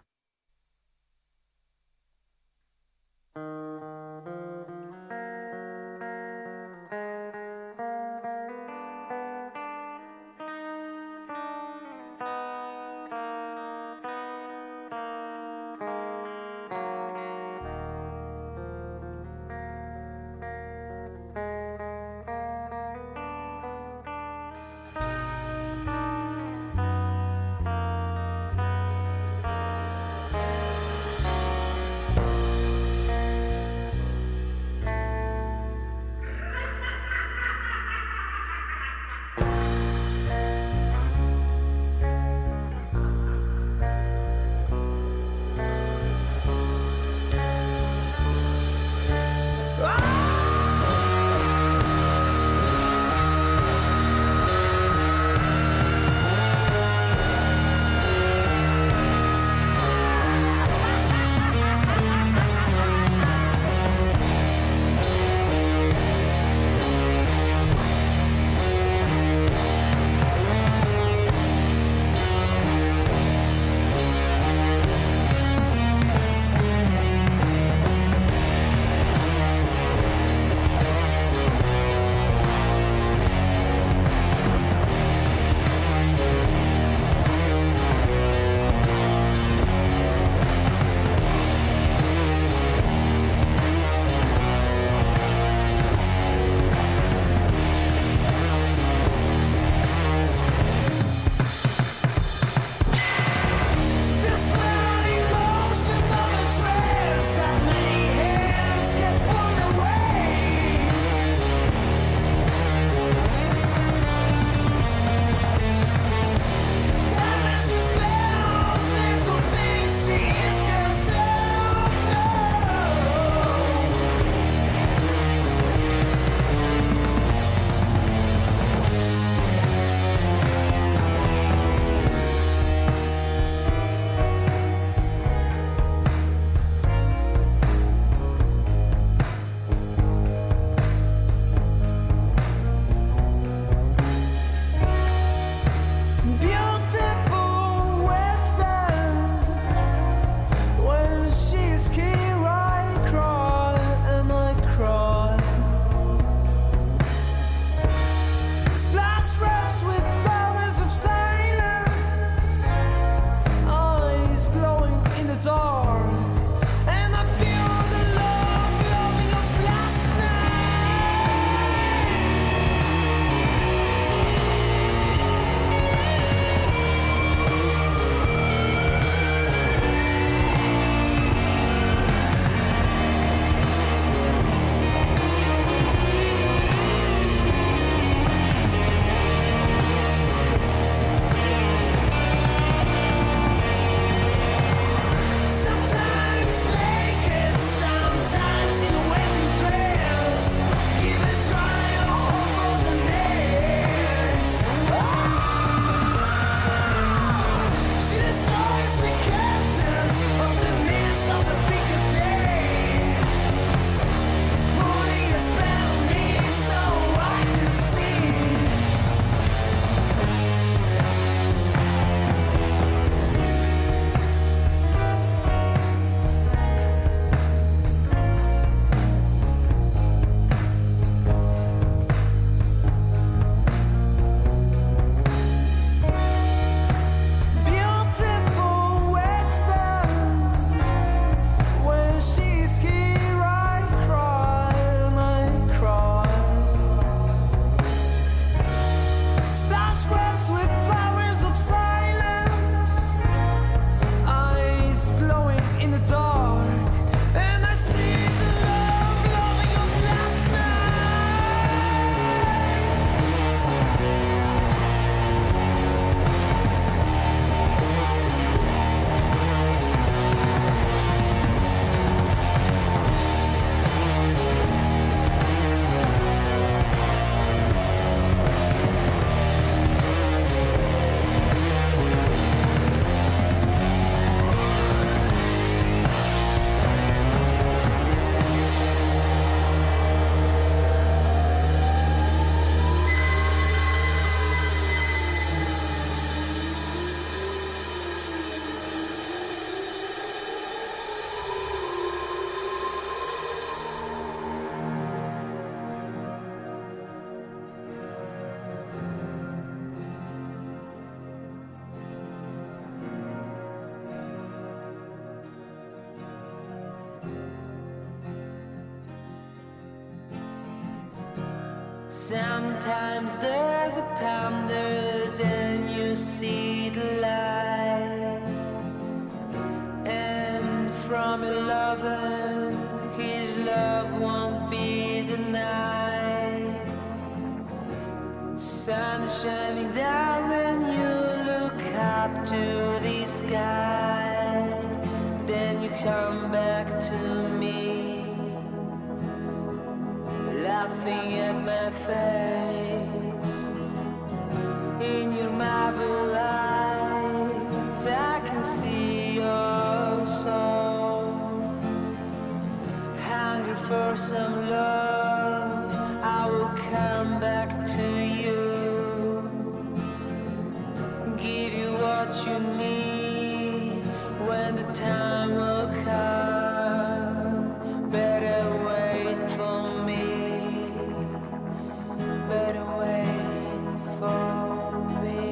Sometimes there's a thunder, then you see the light. And from a lover, his love won't be denied. Sun shining down when you look up to the sky. Then you come back to me, laughing at my face. In your marble eyes I can see your soul. Hungry for some love, I will come back to you. Give you what you need when the time will come. Better wait for me. Better wait for me.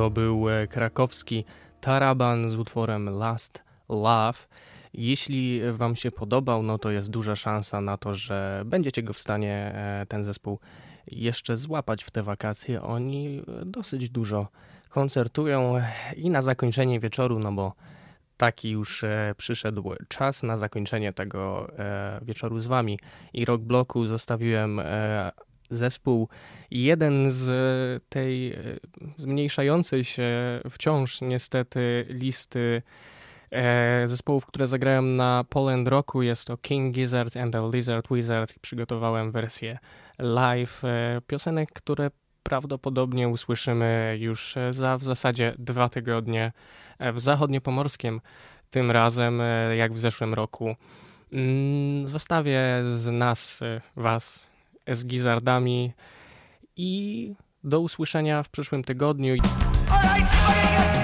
To był krakowski Taraban z utworem Last Love. Jeśli wam się podobał, no to jest duża szansa na to, że będziecie go w stanie, ten zespół, jeszcze złapać w te wakacje. Oni dosyć dużo koncertują i na zakończenie wieczoru, no bo taki już przyszedł czas na zakończenie tego wieczoru z wami i Rock Bloku zostawiłem zespół, jeden z tej zmniejszającej się wciąż niestety listy zespołów, które zagrałem na Poland Rocku. Jest to King Gizzard and the Lizard Wizard. Przygotowałem wersję live piosenek, które prawdopodobnie usłyszymy już za w zasadzie 2 tygodnie w Zachodniopomorskiem. Tym razem, jak w zeszłym roku. Zostawię z nas, was z Gizzardami i do usłyszenia w przyszłym tygodniu. All right,